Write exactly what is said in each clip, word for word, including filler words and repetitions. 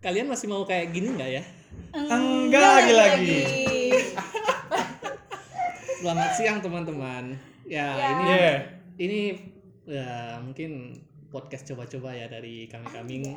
Kalian masih mau kayak gini nggak ya? Enggak lagi-lagi. Selamat siang teman-teman. Ya, Ya. ini Yeah. ini ya mungkin podcast coba-coba ya dari kami-kami.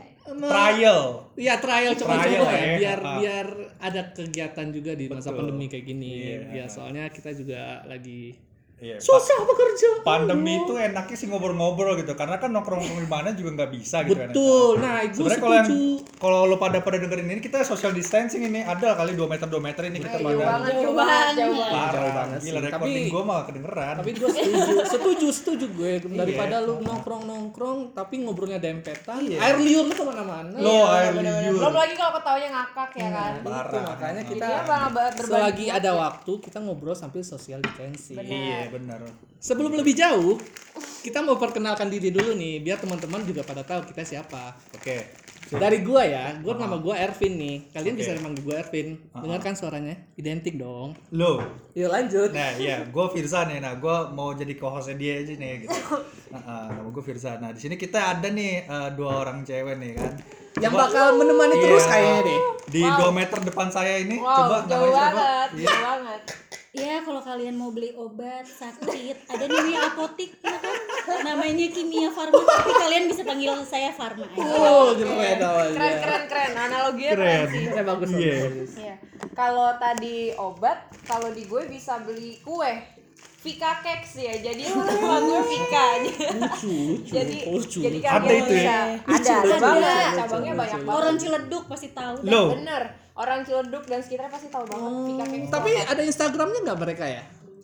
Trial. Ya trial coba-coba Trial, ya, ya. biar Ah. biar ada kegiatan juga di masa Betul. pandemi kayak gini. Iya. Ya soalnya kita juga lagi Iya. susah bekerja. Pandemi itu enaknya sih ngobrol-ngobrol gitu, karena kan nongkrong-nongkrong di mana juga nggak bisa gitu kan. Betul. Nah, gue Sebenarnya kalau yang setuju. kalau lo pada pada dengerin ini kita social distancing ini ada kali dua meter dua meter ini kita Jauh pada banget, jauh banget, jauh banget. parah. Jauh banget Gila, sih. recording Tapi- gue malah kedengeran. Tapi gue setuju, setuju, setuju gue daripada Iya. lu nongkrong-nongkrong tapi ngobrolnya dempetan, Iya. air liur lu kemana-mana. Lo air Bener-bener. liur. Belum lagi kalau ketawanya ngakak ya kan. Itu Parah. makanya kita Jadinya malah ba- berbanding selagi lurus ada ya. waktu kita ngobrol sambil social distancing. Bener. Iya benar. Sebelum lebih jauh, kita mau perkenalkan diri dulu nih, biar teman-teman juga pada tahu kita siapa. Oke. Dari gua ya, gua nama gua Ervin nih. Kalian Oke. bisa manggil gua Ervin. Dengarkan suaranya, identik dong. Lo. Yuk lanjut. Nah iya, gue Firza nih. Nah gue mau jadi co-hostnya dia aja nih gitu. Nah, uh, nama gue Firza. Nah di sini kita ada nih uh, dua orang cewek nih kan. Yang Coba- bakal menemani Iya. terus kayaknya deh. Di dua meter depan saya ini, Wow, coba jauh namanya siapa? banget, Iya. jauh banget. Ya kalau kalian mau beli obat sakit ada nih apotik ya kan namanya Kimia Farma tapi kalian bisa panggil saya Farma aja. Oh, keren awalnya. Keren, keren, keren. Analoginya keren, Keren. sih. Keren bagus. Iya. bagus. Iya. Kalau tadi obat, kalau di gue bisa beli kue. Vika Cakes ya. Jadi lu nama gue Vika. Lucu, lucu. Jadi lucu. jadi lucu. kan Ada itu ya? bisa. Lucu, Ada, ada lucu, banget. lucu, Cabangnya lucu, banyak lucu. banget. Orang Ciledug pasti tahu. dah. Lo. Bener. Orang Ciledug dan sekitarnya pasti tahu banget Vika Cakes. Oh, Tapi ada Instagramnya nggak mereka ya?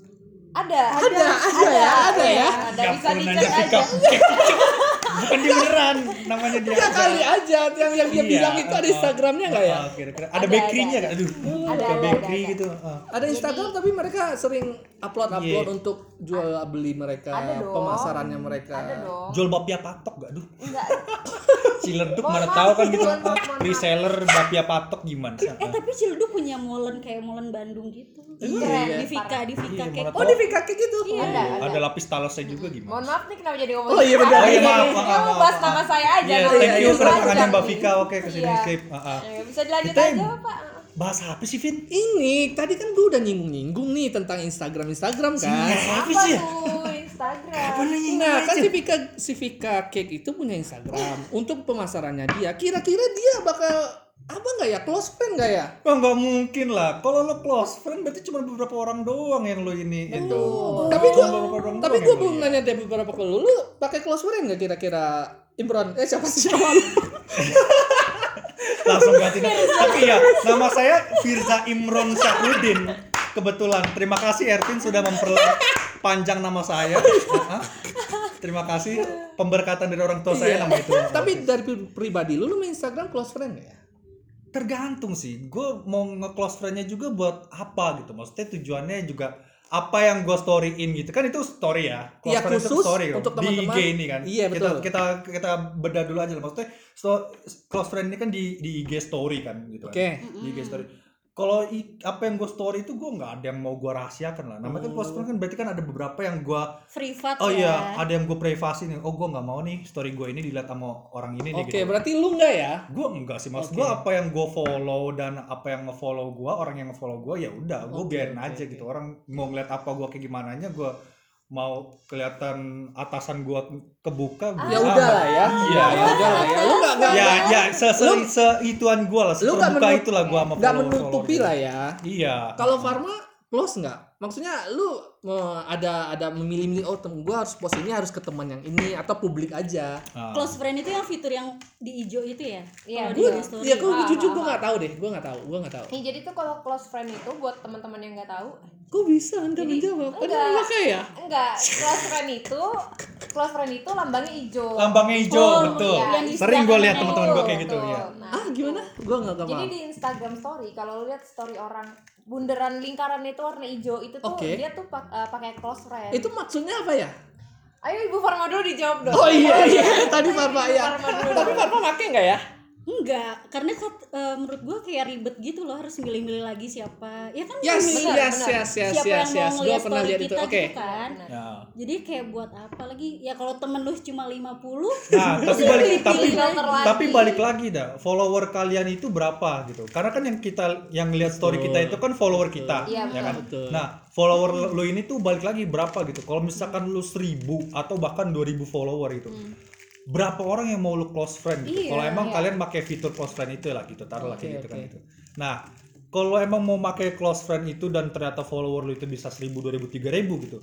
ada, Ada, ada ya, ada ya. Ada, Nggak bisa perlu dicek nanya aja. Vika. Bukan dia beneran, namanya dia. Ya kali aja yang yang dia Iya, bilang itu ada uh, Instagramnya nggak ya? uh, kira-kira. Ada Ada, bakery-nya ada, nggak? Aduh, Ada, kayak ada, bakery ada. gitu. uh. Ada Instagram tapi mereka sering upload-upload Iya. untuk jual beli mereka, Ada dong. pemasarannya mereka. Ada dong. Jual bapia patok gak? Aduh, Enggak. Ciledug Mohon mana maaf, tahu kan gitu. mohon maaf, mohon maaf. Reseller bapia patok gimana? Eh tapi Ciledug punya molen kayak molen Bandung gitu. Iya. Di Vika di Vika Iya, Cake. mana Oh, di Vika kayak gitu. Iya. Ada, ada. Ada lapis talasnya juga gimana? Mohon maaf nih kenapa jadi ngomong Oh, iya, benar. Oh iya maaf, Ini maaf, mau maaf, bahas maaf. nama saya aja. Iya, namanya thank you juga kedatangannya panjang Mbak nih. Vika. Oke, kesini Iya. skip. Uh, uh. Ya, bisa dilanjut Kita- aja Pak. Bahas apa sih, Vin? Ini tadi kan gue udah nyinggung-nyinggung nih tentang Instagram Instagram kan. Apa Apa sih? tuh Instagram? Apa nih? Nah kan si Vika si Vika Cake itu punya Instagram untuk pemasarannya dia. Kira-kira dia bakal apa nggak ya, close friend nggak ya? Wah nggak mungkin lah. Kalau lo close friend berarti cuma beberapa orang doang yang lo ini itu. Oh, tapi gua Cuma beberapa orang tapi doang gue yang lo belum lihat. nanya dari beberapa ke lu, lu pakai close friend nggak kira-kira Imron? Eh siapa sih nama lu? Langsung ganti nama. Tapi ya, nama saya Firza Imron Syahruddin. Kebetulan. Terima kasih Ervin sudah memperpanjang nama saya. Hah? Terima kasih pemberkatan dari orang tua saya Iya. nama itu. Tapi dari pri- pribadi lu, lu main Instagram close friend nggak ya? Tergantung sih. Gue mau nge-close friend-nya juga buat apa gitu. Maksudnya tujuannya juga apa yang gue storyin gitu kan, itu story ya. Close Iya, friend itu khusus story loh. untuk Di teman-teman. I G ini kan. Iya, Kita betul. kita kita bedah dulu aja lah. Maksudnya sto- close friend ini kan di di I G story kan gitu Oke. kan. Di I G story. Kalau i- apa yang gue story itu gue nggak ada yang mau gue rahasiakan lah. Namanya kan close friend kan berarti kan ada beberapa yang gue Privat oh ya. iya ada yang gue privasi nih. Oh gue nggak mau nih story gue ini dilihat sama orang ini nih Oke, gitu. berarti lu nggak ya? Gue enggak sih, maksud Oke. gue apa yang gue follow dan apa yang nge-follow gue, orang yang nge-follow gue ya udah, gue Oke, biarin oke, aja oke. gitu. Orang mau ngeliat apa gue kayak gimana nya, gue mau kelihatan atasan gue kebuka. Gua Ya udah lah ya. Iya, ya udah lah ya. Lu nggak nggak Ya, ya, se se, Lu- se ituan gue lah, lu nggak seterbuka menut- itulah gue sama nggak follow menutupi lah ya. Iya. Kalau Farma close nggak? Maksudnya lu eh, ada ada memilih-milih, oh tem gue harus post ini harus ke teman yang ini atau publik aja. Nah. Close friend itu yang fitur yang di hijau itu ya? Iya, Kalau Gue di story. ya gue Ah, jujur ah, gue ah. nggak tahu deh, gue nggak tahu, gue nggak tahu. Nih, jadi tuh kalau close friend itu buat teman-teman yang nggak tahu, Kok bisa anda Jadi, menjawab? Ada enggak. pakai ya? enggak, close friend itu close friend itu lambangnya hijau. Lambangnya hijau, Oh, betul. iya. Sering gue lihat Yang teman-teman gue kayak gitu Betul. ya. Nah, Ah gimana? Gue nggak nggak jadi paham. di Instagram story kalau lu lihat story orang bundaran lingkaran itu warna hijau itu tuh Oke. dia tuh pak- eh, pakai close friend. Itu maksudnya apa ya? Ayo Ibu Farma dulu dijawab dong. Oh iya iya tadi Farma ya. Farma dulu. Tapi Farma pakai nggak ya? Enggak, karena kat- eh, menurut gua kayak ribet gitu loh, harus milih-milih lagi siapa. Ya kan Yes, milih yes, benar. yes, yes, siapa yes, yang mau yes. Gue ngeliat pernah story lihat itu. kita Oke. gitu kan. Benar. Ya. Jadi kayak buat apa lagi? Ya kalau temen lu cuma lima puluh, Nah, tapi balik tapi filter lagi. tapi balik lagi dah. Follower kalian itu berapa gitu. Karena kan yang kita yang lihat story Betul. kita itu kan follower kita, Iya, ya kan? betul. Nah, follower lu ini tuh balik lagi berapa gitu. Kalau misalkan lu seribu atau bahkan dua ribu follower itu. Berapa orang yang mau lu close friend gitu. Iya, Kalau emang iya. kalian pakai fitur close friend itu lah gitu, taruhlah Oke, kayak gitu kan oke. itu. Nah, kalau emang mau pakai close friend itu dan ternyata follower lu itu bisa seribu, dua ribu, tiga ribu gitu.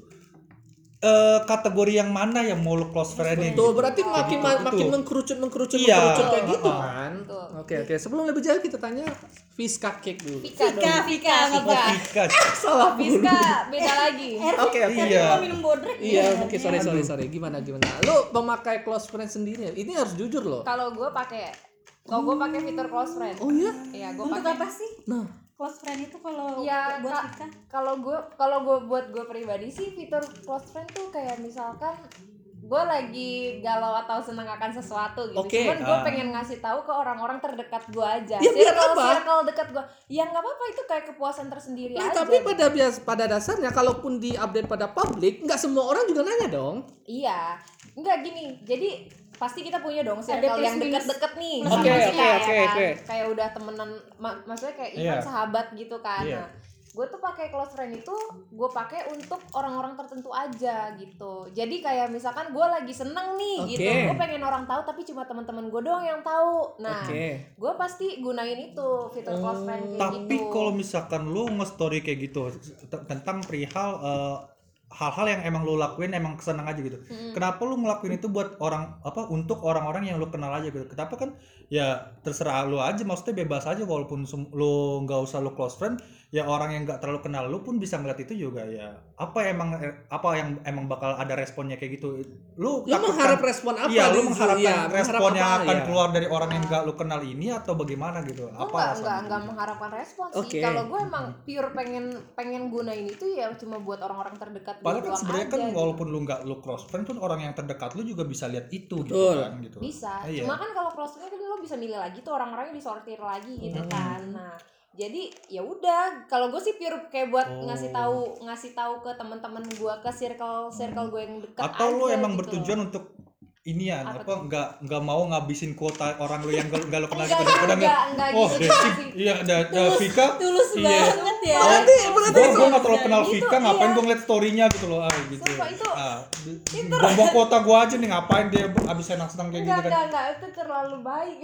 Eh kategori yang mana yang mau lu close friend-in? Tuh gitu? berarti makin gitu, ma- makin betul. mengkerucut mengkerucut Iya. mengkerucut kayak gitu Ah. kan. Betul. Oke oke. Sebelum lebih jauh kita tanya Fiska Cake dulu. Vika dong. Vika, Vika, Vika. Ika. Salah dulu. Vika beda lagi. Oke oke. Iya. mau minum bodrek. Iya, ya. mungkin sorry sorry sorry. Gimana gimana? Lu memakai close friend sendiri. Ini harus jujur loh. Kalau gue pakai, kalau gue pakai fitur close friend. Oh iya? Iya, gue Untuk pakai. apa sih? Nah, Close friend itu kalau Ya, buat Kak, Vika? kalau gue kalau gue buat gue pribadi sih fitur close friend tuh kayak misalkan gue lagi galau atau senang akan sesuatu gitu. Oke. Cuman gue Ah. pengen ngasih tahu ke orang-orang terdekat gue aja. Ya, biar circle apa? circle dekat gue. Ya nggak apa-apa, itu kayak kepuasan tersendiri nah aja. tapi pada bias pada dasarnya kalaupun di update pada publik, nggak semua orang juga nanya dong. Iya, nggak gini. Jadi pasti kita punya dong Ada circle plus yang minus. deket-deket nih. Oke, sama oke, kita, ya oke, kan? oke. Kayak udah temenan, ma- maksudnya kayak Iya. even sahabat gitu kan. Iya. Nah, gue tuh pakai close friend itu gue pakai untuk orang-orang tertentu aja gitu. Jadi kayak misalkan gue lagi seneng nih Oke. gitu, gue pengen orang tahu tapi cuma teman-teman gue doang yang tahu. Nah, Oke. gue pasti gunain itu fitur close friend kayak Tapi gitu. kalau misalkan lu nge-story kayak gitu t- tentang perihal eh, hal-hal yang emang lu lakuin emang senang aja gitu. Kenapa lu ngelakuin itu buat orang apa untuk orang-orang yang lu kenal aja gitu. Kenapa kan ya terserah lu aja, maksudnya bebas aja walaupun sem- lu nggak usah lu close friend, ya orang yang nggak terlalu kenal lu pun bisa ngeliat itu juga ya. Apa emang apa yang emang bakal ada responnya kayak gitu. Lu, Lu takutkan- mengharap respon apa? Iya, lu di- mengharapkan iya, mengharap respon yang apa, akan ya. keluar dari orang yang nggak lu kenal ini atau bagaimana gitu. Gue Apa nggak alasannya? nggak nggak mengharapkan respon sih. Oke. Kalau gue emang pure pengen pengen gunain itu ya cuma buat orang-orang terdekat gue Padahal kan doang sebenarnya aja kan gitu. walaupun lu nggak lu close friend pun orang yang terdekat lu juga bisa lihat itu gitu Betul. kan gitu. Bisa. Iya. Cuma kan kalau close friend kan lo bisa milih lagi tuh orang-orangnya disortir lagi gitu Hmm. kan. Nah, jadi ya udah, kalau gue sih pure kayak buat Oh. ngasih tahu ngasih tahu ke teman-teman gue, ke circle circle gue yang dekat Atau aja lu emang gitu. bertujuan untuk inian Apa apa, nggak nggak mau ngabisin kuota orang lu yang nggak nggak lu kenal Enggak, gitu. Udah enggak, nggak. enggak Oh, gitu Desi, sih. iya ada ada Vika. Tulus Iya. banget ya. Berarti berarti Gue gue nggak terlalu kenal Gitu, Vika, ngapain iya. gue ngeliat story-nya gitu loh, ah gitu. Sumpah, itu- Ah, buang kuota gue aja nih, ngapain dia abis senang-senang kayak Enggak, gitu kan. enggak, enggak, itu terlalu baik.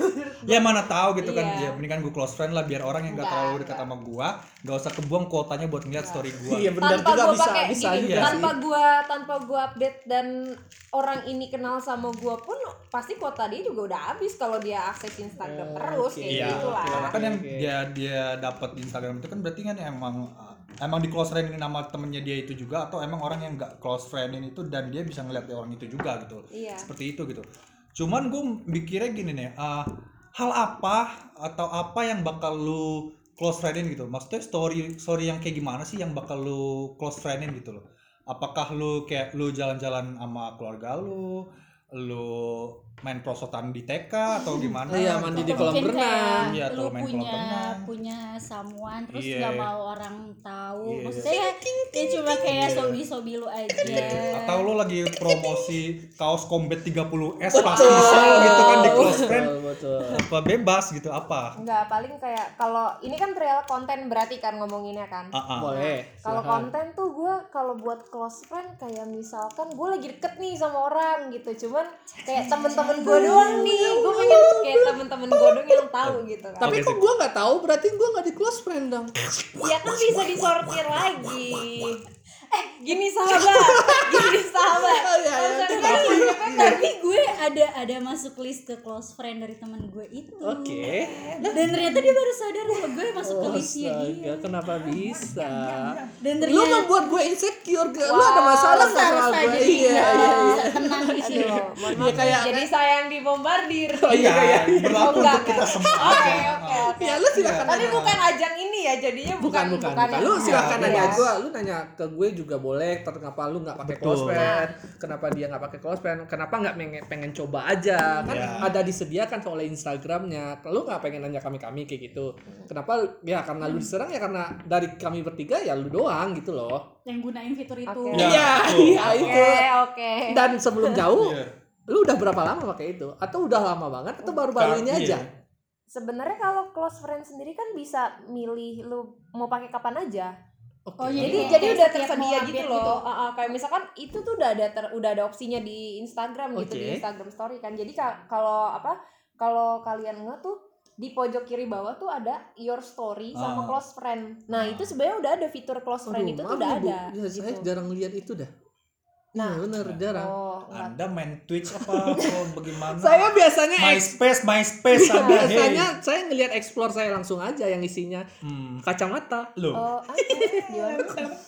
Ya mana tahu gitu kan, Iya. ya mendingan gue close friend lah biar orang yang nggak Enggak, terlalu dekat enggak. sama gue nggak usah kebuang kuotanya buat ngeliat story gue. Iya benar tanpa juga gua bisa pakai bisa gini, juga tanpa sih. gua tanpa gua update dan orang ini kenal sama gua pun pasti kuota dia juga udah habis kalau dia akses Instagram Oh, terus oke. kayak Iya, gitu lah. karena kan yang Oke. dia dia dapat di Instagram itu kan berarti kan emang emang di close friend nama temennya dia itu juga atau emang orang yang nggak close friendin itu dan dia bisa ngeliat orang itu juga gitu. Iya. Seperti itu gitu. Cuman gue mikirnya gini nih, uh, hal apa atau apa yang bakal lu close friendin gitu? Maksudnya story story yang kayak gimana sih yang bakal lu close friendin gitu loh? Apakah lu kayak lu jalan-jalan sama keluarga lu, lu main prosotan di T K atau gimana? Iya, mandi di Atau kolam mungkin renang. kayak Iya, atau lu main kolam punya renang. punya someone terus Iya. nggak mau orang tahu. Iya. Maksudnya ya, ya cuma kayak sobi-sobi lu aja. Iya. Atau lu lagi promosi kaos combat tiga puluh S pas misal gitu kan di close friend, Betul, betul. apa bebas gitu apa? Enggak, paling kayak kalau ini kan real konten berarti kan ngomonginnya kan. Ah, ah. Boleh. Kalau silakan. konten tuh gue kalau buat close friend kayak misalkan gue lagi deket nih sama orang gitu, cuman kayak temen-temen gue doang nih, gue pengen kayak temen-temen gue doang yang tahu gitu kan. Tapi Oke, kok sip. gua nggak tahu, berarti gua nggak di close friend dong. Ya kan bisa disortir lagi. Eh gini sahabat, gini sahabat. Oh, iya, iya. Konsep Tapi- gue kan Tapi gue ada ada masuk list ke close friend dari teman gue itu. Oke. Dan ternyata dia baru sadar kalau gue masuk ke Oh, listnya dia. astaga, kenapa bisa? Dan Lu ternyata membuat gue insecure, gak? Lu ada masalah nggak harus soal aja gue? jadi Iya, nggak iya, iya. bisa tenang di sini. Aduh, mohon Iya, maaf. kayak- Jadi saya yang dibombardir. Oh, iya, iya. Berlaku Oh, enggak, untuk kita enggak. semua Oke, aja. oke, oke. oke. Ya lu silakan Tapi nanya. bukan ajang ini ya jadinya bukan bukan bukan, bukan. yang Lu silakan ini nanya ya. gua, lu nanya ke gue juga boleh. Kenapa lu nggak pakai Betul. close friend? Kenapa dia nggak pakai close friend? Kenapa nggak pengen, pengen coba aja? Kan Ya. ada disediakan oleh Instagramnya. Lu nggak pengen nanya kami kami kayak gitu? Kenapa? Ya karena lu diserang ya karena dari kami bertiga ya lu doang gitu loh. Yang gunain fitur itu. Oke. Ya, Iya, betul. iya Oke, itu. oke. Dan sebelum jauh, Iya. lu udah berapa lama pakai itu? Atau udah lama banget? Atau baru-baru ini Iya. aja? Sebenarnya kalau close friend sendiri kan bisa milih lu mau pakai kapan aja. Oke. Oh, Jadi Kayak- jadi kayak udah setiap tersedia mau gitu update loh. gitu. Ah, ah, kayak misalkan itu tuh udah ada ter, udah ada opsinya di Instagram gitu, Oke. di Instagram story kan. Jadi ka- kalau apa? Kalau kalian nge tuh di pojok kiri bawah tuh ada your story sama Ah. close friend. Nah, itu sebenarnya udah ada fitur close friend Aduh, itu tuh maaf udah nih, Bu. ada. Ya, saya gitu. jarang lihat itu dah. Nah. Iya, bener jarang. Oh, enggak. Anda main Twitch apa atau bagaimana? Saya biasanya ex- MySpace, MySpace Anda. biasanya Hey. saya ngelihat explore saya langsung aja yang isinya Hmm. kacamata. Loh. Oh, ah, gimana?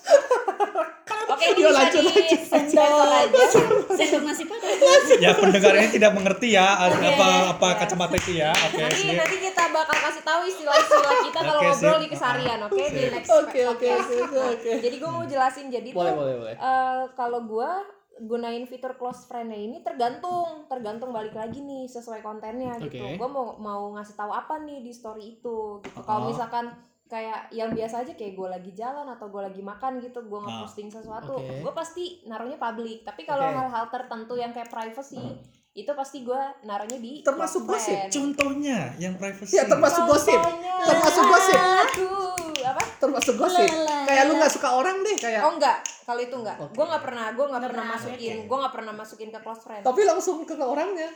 Oke, ini Yuk, bisa lanjut, di lanjut, sensor aja. Sendok nasi padang. Ya pendengar ini tidak mengerti ya Oke. apa apa Ya. kacamata itu ya. Oke, Nanti sip. nanti kita bakal kasih tahu istilah-istilah kita kalau Oke, ngobrol sip. di keseharian, oke? Di Sip. next Oke, oke, podcast. oke, oke, oke. Jadi gue mau jelasin jadi Boleh, tuh boleh, boleh. eh, kalau gue gunain fitur close friend-nya ini tergantung, tergantung balik lagi nih sesuai kontennya gitu. Oke. Gue mau mau ngasih tahu apa nih di story itu gitu. Kalau Uh-uh. misalkan kayak yang biasa aja kayak gue lagi jalan atau gue lagi makan gitu, gue Ah. nge-posting sesuatu, Oke. gue pasti naruhnya public. Tapi kalau Oke. hal-hal tertentu yang kayak privacy, itu pasti gue naruhnya di Termasuk close gosip. friend. Contohnya yang privacy. Ya termasuk gosip. Contohnya, Termasuk gosip. Aduh, apa? Termasuk gosip. Lala. Kayak lu nggak suka orang deh kayak. Oh enggak, kalau itu enggak. Oke. Gue nggak pernah, gue nggak Nggak pernah pernah, masukin, oke. gue nggak pernah masukin ke close friend. Tapi langsung ke orangnya.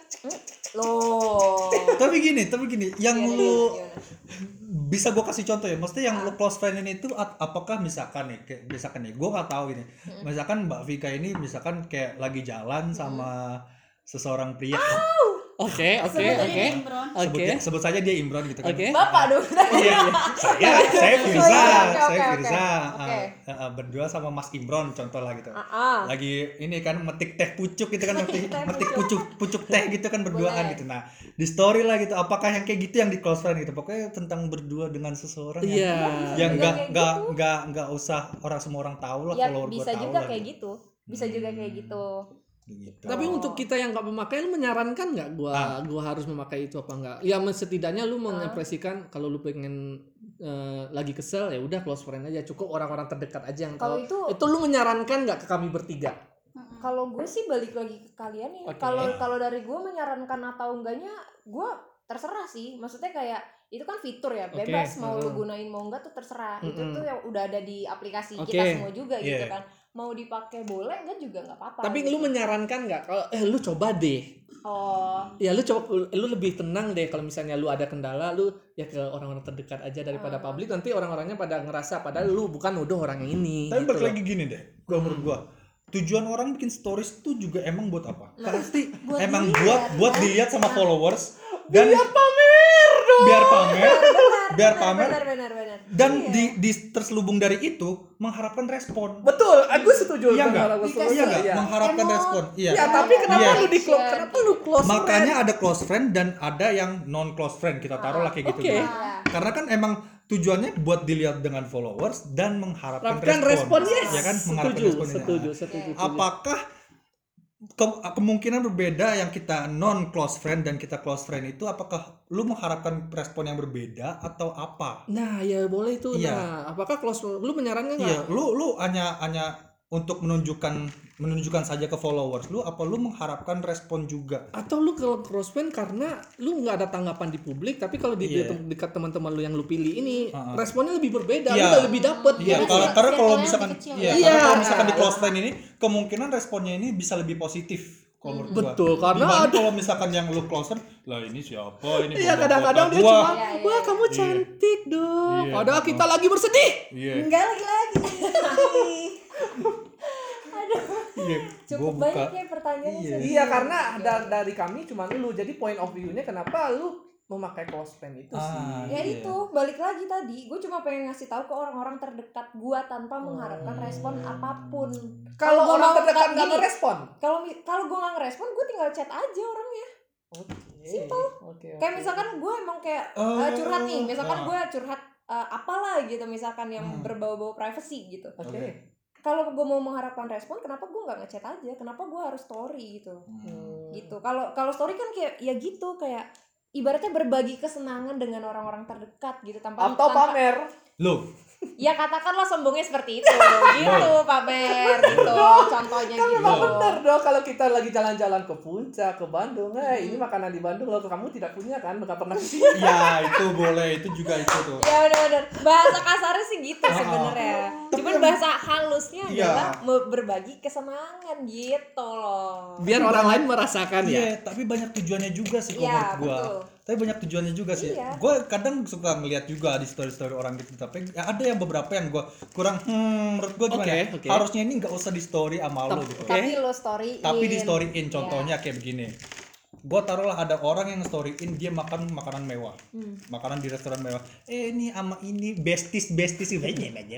Loh. Tapi gini, tapi gini, yang Gimana, lu gimana? bisa gue kasih contoh ya, maksudnya yang Ah. lu close friend ini tuh ap- apakah misalkan nih, kayak misalkan nih, gue nggak tahu gini, misalkan Mbak Vika ini misalkan kayak lagi jalan sama seseorang pria, Oke, oke, Sebut aja oke. Imron. sebut, Oke. sebut saja dia Imron gitu kan. Oke. Bapak dong. Iya, saya saya Firza, Oke, oke, saya oke. Firza, Oke. uh, uh, berdua sama Mas Imron contoh lah gitu. Ah, ah. Lagi ini kan metik teh pucuk gitu kan, metik, Teh metik pucuk. pucuk pucuk teh gitu kan berduaan Boleh. gitu. Nah di story lah gitu, apakah yang kayak gitu yang di close friend gitu, pokoknya tentang berdua dengan seseorang yang Iya. yang Yang nggak kayak nggak gitu. nggak nggak usah orang semua orang tahu lah, Ya follower gua bisa tahu juga lah kayak gitu. gitu. Bisa juga kayak gitu. Gitu. Tapi Oh. untuk kita yang nggak memakai, lu menyarankan nggak gua Ah. gua harus memakai itu apa enggak? Ya setidaknya lu mengekspresikan kalau lu pengen eh, lagi kesel ya udah close friend aja, cukup orang-orang terdekat aja yang Kalau tahu. itu Itu lu menyarankan nggak ke kami bertiga? kalau gue sih balik lagi ke kalian ya. Oke. Kalau kalau dari gue menyarankan atau enggaknya, gue terserah sih. Maksudnya kayak itu kan fitur ya, Oke. bebas mau lu Hmm. gunain mau enggak tuh terserah. Itu Mm-mm. tuh yang udah ada di aplikasi Oke. kita semua juga gitu Iya. kan. Mau dipakai boleh enggak juga nggak apa-apa. Tapi gitu. lu menyarankan nggak kalau eh lu coba deh. Oh, Ya lu coba lu lebih tenang deh kalau misalnya lu ada kendala lu ya ke orang-orang terdekat aja daripada Ah. publik, nanti orang-orangnya pada ngerasa padahal lu bukan nuduh orang yang ini. Tapi gitu balik loh. lagi gini deh, gua menurut gua tujuan orang bikin stories tuh juga emang buat apa? Pasti Buat emang dilihat, buat buat kan? dilihat sama followers dan Biar pamer dong. biar pamer, benar, biar benar, pamer benar, benar, benar. dan Iya. di, di terselubung dari itu mengharapkan respon. Betul, aku setuju Iya dengan nggak? aku setuju. Iya nggak? Iya. Mengharapkan Emot. respon. Iya. Ya, tapi kenapa Iya. lu di close? Action. Kenapa lu close Makanya friend? ada close friend dan ada yang non close friend. Kita taruh lah kayak gitu. Oke. dulu. Iya. Karena kan emang tujuannya buat dilihat dengan followers dan mengharapkan Harapkan respon, yes. Ya kan? Mengharapkan Setuju, respon. setuju, Nah, setuju, setuju. apakah ke- kemungkinan berbeda yang kita non close friend dan kita close friend itu, apakah lu mengharapkan respon yang berbeda atau apa? Nah, ya boleh itu. Iya. Nah, apakah close lu menyarankan Iya, nggak? lu lu hanya hanya untuk menunjukkan menunjukkan saja ke followers lu, apa lu mengharapkan respon juga? Atau lu kalau close friend karena lu nggak ada tanggapan di publik, tapi kalau di Iya. de- dekat teman-teman lu yang lu pilih ini Uh-uh. responnya lebih berbeda, Iya. lu udah lebih dapet. Iya, Jadi kalau sih, karena kalau circle-nya misalkan lebih kecil. iya, Iya. karena kalau misalkan di close friend ini kemungkinan responnya ini bisa lebih positif kalau menurut gua. Betul, karena Dibanding ada- kalau misalkan yang lu close friend, lah ini siapa ini? Iya, bodoh kadang-kadang bodoh dia gua. cuma, Iya, iya, wah iya. kamu Iya. cantik dong. Iya. Padahal kita lagi bersedih. Iya. Enggak lagi-lagi. Iya. Cukup Gua buka. banyak ya pertanyaannya. Iya. serius. Iya, karena da- dari kami cuma lu. Jadi point of view-nya kenapa lu memakai close friend itu Ah, sih. Ya Iya. itu balik lagi tadi, gue cuma pengen ngasih tahu ke orang-orang terdekat gue tanpa mengharapkan respon apapun. Kalau gua orang mau- terdekat nggak gini, merespon. Kalau mi- kalau gue nggak ngerespon, gue tinggal chat aja orangnya. Oke. Simple. Oke. Kayak misalkan gue emang kayak Oh. uh, curhat nih, misalkan Ah. gue curhat uh, apalah gitu, misalkan yang Hmm. berbau-bau privacy gitu. Oke. Kalau gue mau mengharapkan respon, kenapa gue nggak ngechat aja? Kenapa gue harus story gitu? Hmm. Gitu. Kalau kalau story kan kayak ya gitu, kayak ibaratnya berbagi kesenangan dengan orang-orang terdekat gitu tanpa Atau tanpa- pamer. Loh, Ya katakanlah sombongnya seperti itu, gitu pamer gitu, contohnya Kan gitu. memang bener dong kalau kita lagi jalan-jalan ke puncak, ke Bandung, eh ini makanan di Bandung loh, kamu tidak punya kan, nggak pernah kesini. ya itu boleh, itu juga itu tuh. Ya benar-benar bahasa kasarnya sih gitu Ah. sebenarnya. Tapi Cuman yang- bahasa halusnya Iya. adalah me- berbagi kesenangan gitu loh. Biar orang lain merasakan Iya, ya. tapi banyak tujuannya juga sih kalau Iya, menurut gua. betul. Tapi banyak tujuannya juga sih. Iya. Gua kadang suka ngeliat juga di story-story orang gitu, tapi ya ada yang beberapa yang gua kurang hmm menurut gua gimana? Oke, ya? oke. Harusnya ini nggak usah di story sama lo Tap- gitu. Oke. Tapi lo storyin. Tapi di storyin Iya. contohnya kayak begini. Gua taruhlah ada orang yang storyin dia makan makanan mewah. Hmm. Makanan di restoran mewah. Eh ini sama ini besties besties gitu.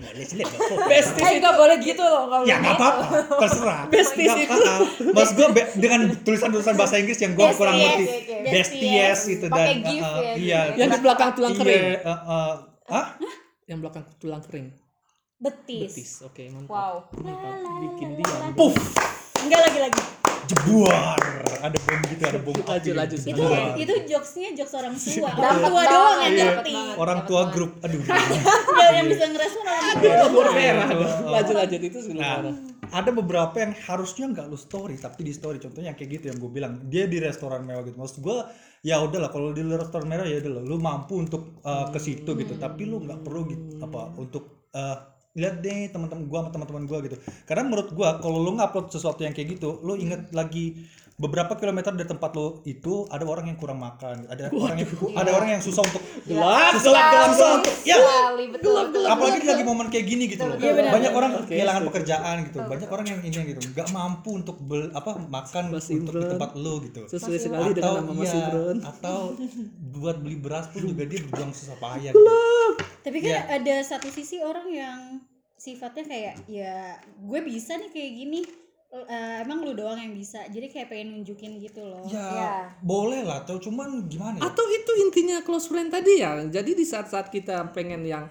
Besties Eh nggak boleh gitu loh, nggak boleh. Ya nggak gitu. apa-apa, terserah. Besties Nggak itu. apa-apa. Mas gue be- dengan tulisan-tulisan bahasa Inggris yang gue Besties, kurang ngerti. oke, oke. Besties itu dan Pakai gif uh, ya, iya. gitu. Yang di belakang tulang Iya, kering. uh, uh, hah? Yang belakang tulang kering. Betis. Betis. Oke, mantap. Wow. Mantap. Bikin diam. Puff, Enggak lagi-lagi. jebuar. Ada bom gitu, ada bom api. Lanjut, lanjut. Itu Jebuar. itu jokesnya jokes orang tua. Dapet Orang tua banget, doang yang Iya. ngerti. Orang Dapat tua banget. grup. Aduh. Ya, yang bisa ngerespon orang tua. Lampu merah. Iya. Lanjut, lanjut itu sebelum Nah, marah. ada beberapa yang harusnya nggak lu story tapi di story, contohnya yang kayak gitu yang gue bilang dia di restoran mewah gitu. Maksud gue ya udahlah kalau di restoran mewah ya udahlah lu mampu untuk uh, ke situ gitu, tapi lu nggak perlu gitu apa untuk uh, lihat deh teman-teman gue sama teman-teman gue gitu. Karena menurut gue kalau lu ngupload sesuatu yang kayak gitu, lu inget lagi beberapa kilometer dari tempat lo itu ada orang yang kurang makan, ada orang yang ada orang yang susah untuk Gelap, susah, gelap, gelap, susah gelap. untuk ya Sekali, betul, betul. apalagi lagi momen kayak gini gitu loh. Iya, benar. Banyak orang Oke, kehilangan setuju. pekerjaan gitu. Banyak orang yang ini gitu, nggak mampu untuk bel, apa makan Mas untuk di Imron. tempat lo gitu. Sesuai sekali dengan nama Mas iya, Imron. atau buat beli beras pun juga dia berjuang susah payah gitu. Tapi kan Iya. ada satu sisi orang yang sifatnya kayak ya gue bisa nih kayak gini. Eh, emang lu doang yang bisa. Jadi kayak pengen nunjukin gitu loh. Ya, Iya. boleh lah, tuh cuman gimana ya? Atau itu intinya close friend tadi ya. Jadi di saat-saat kita pengen yang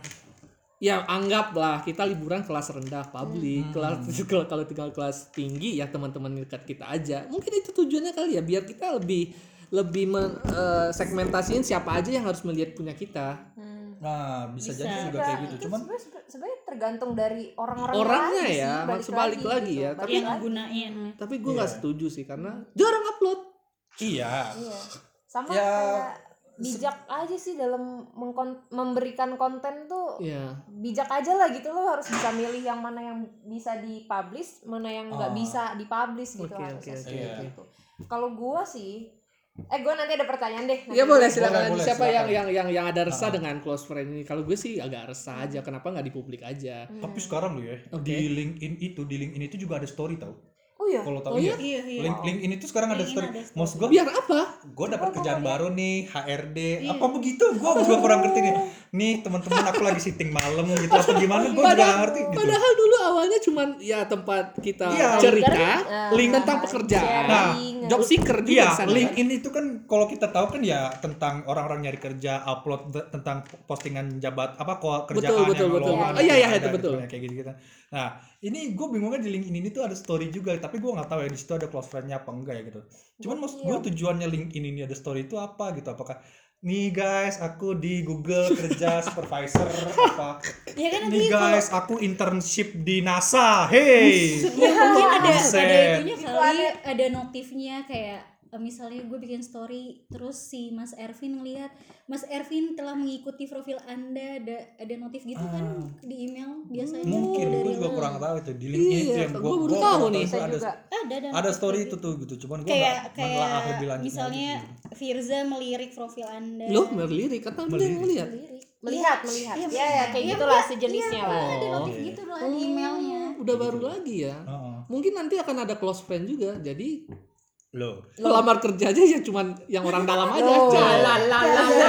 ya anggaplah kita liburan kelas rendah publik, kelas kalau kalau tinggal kelas tinggi ya teman-teman dekat kita aja. Mungkin itu tujuannya kali ya biar kita lebih lebih men, eh, segmentasiin siapa aja yang harus melihat punya kita. Nah, bisa, Bisa. jadi juga Iya, kayak gitu. itu Cuman sebenarnya sebenarnya tergantung dari orang-orang Orangnya lagi ya, sih, maksud balik lagi ya, balik tapi Yang lagi. ngegunain. Tapi gue nggak Iya. setuju sih karena jarang upload. iya. Iya. Sama Ya, kayak bijak aja sih dalam mengkon- memberikan konten tuh Iya. bijak aja lah gitu, lo harus bisa milih yang mana yang bisa dipublish, mana yang nggak Ah. bisa dipublish gitu Oke, harusnya oke, sih oke. gitu. Kalau gua sih, eh gua nanti ada pertanyaan deh. Iya Nanti boleh gua- silakan. boleh, Siapa silakan. yang yang yang yang ada resah Ah. dengan close friend ini? Kalau gue sih agak resah aja. Kenapa nggak di publik aja? Tapi sekarang lo ya, Oke. di LinkedIn itu, di LinkedIn itu juga ada story tau. Oh iya. Kalau tahu Oh ya. Iya, iya. Link LinkedIn itu sekarang ada LinkedIn story. ada story. Maksud gue, Biar apa? gue dapat Coba kerjaan gua baru nih, H R D. Iya. Apa begitu? Gue juga kurang ngerti nih. Nih teman-teman aku lagi syuting malam gitu. Apa gimana? Gue juga Padahal, nggak ngerti gitu. padahal dulu awalnya cuman ya tempat kita Iya. cerita, Ah, link tentang pekerjaan, sharing. job seeker juga Iya, di sana, kan? LinkedIn itu kan kalau kita tahu kan ya tentang orang-orang nyari kerja, upload de- tentang postingan jabat apa kok kerjaan betul, yang betul. lowongan Oh, iya, iya, ada itu gitu, betul. yang kayak gitu gitu. Nah, ini gue bingungnya di LinkedIn ini tuh ada story juga, tapi gue nggak tahu ya di situ ada close friend-nya apa enggak ya gitu. Cuman maksud gue tujuannya LinkedIn ini ada story itu apa gitu? Apakah nih guys, aku di Google kerja supervisor apa? Ya kan Nih nanti kalau guys, aku internship di NASA. Hey. ya mungkin ada ada Buset. itunya Itu kali, ada- ada notifnya kayak eh, misalnya gue bikin story terus si Mas Ervin ngelihat Mas Ervin telah mengikuti profil Anda, ada ada notif gitu kan di email biasanya. Mungkin dari gue juga lo. kurang tahu itu di LinkedIn itu Iya, yang gua gue baru tahu nih. Bisa ada juga. Ada ada, ada notif story kayak itu gitu. tuh gitu. Cuman gue Kayak nggak menelaah kayak lebih lanjut misalnya lagi. Firza melirik profil Anda. Loh, melirik kata dia yang melihat. Melirik. Melihat, melihat. Iya, Ya, ya kayak iya, gitulah iya, sejenisnya iya, lah. Ada Oh. notif gitu lah di emailnya. Udah baru lagi ya. Heeh. Mungkin nanti akan ada close friend juga. Jadi Loh. lamar kerja aja ya cuman yang orang dalam aja. Loh. Jalalala.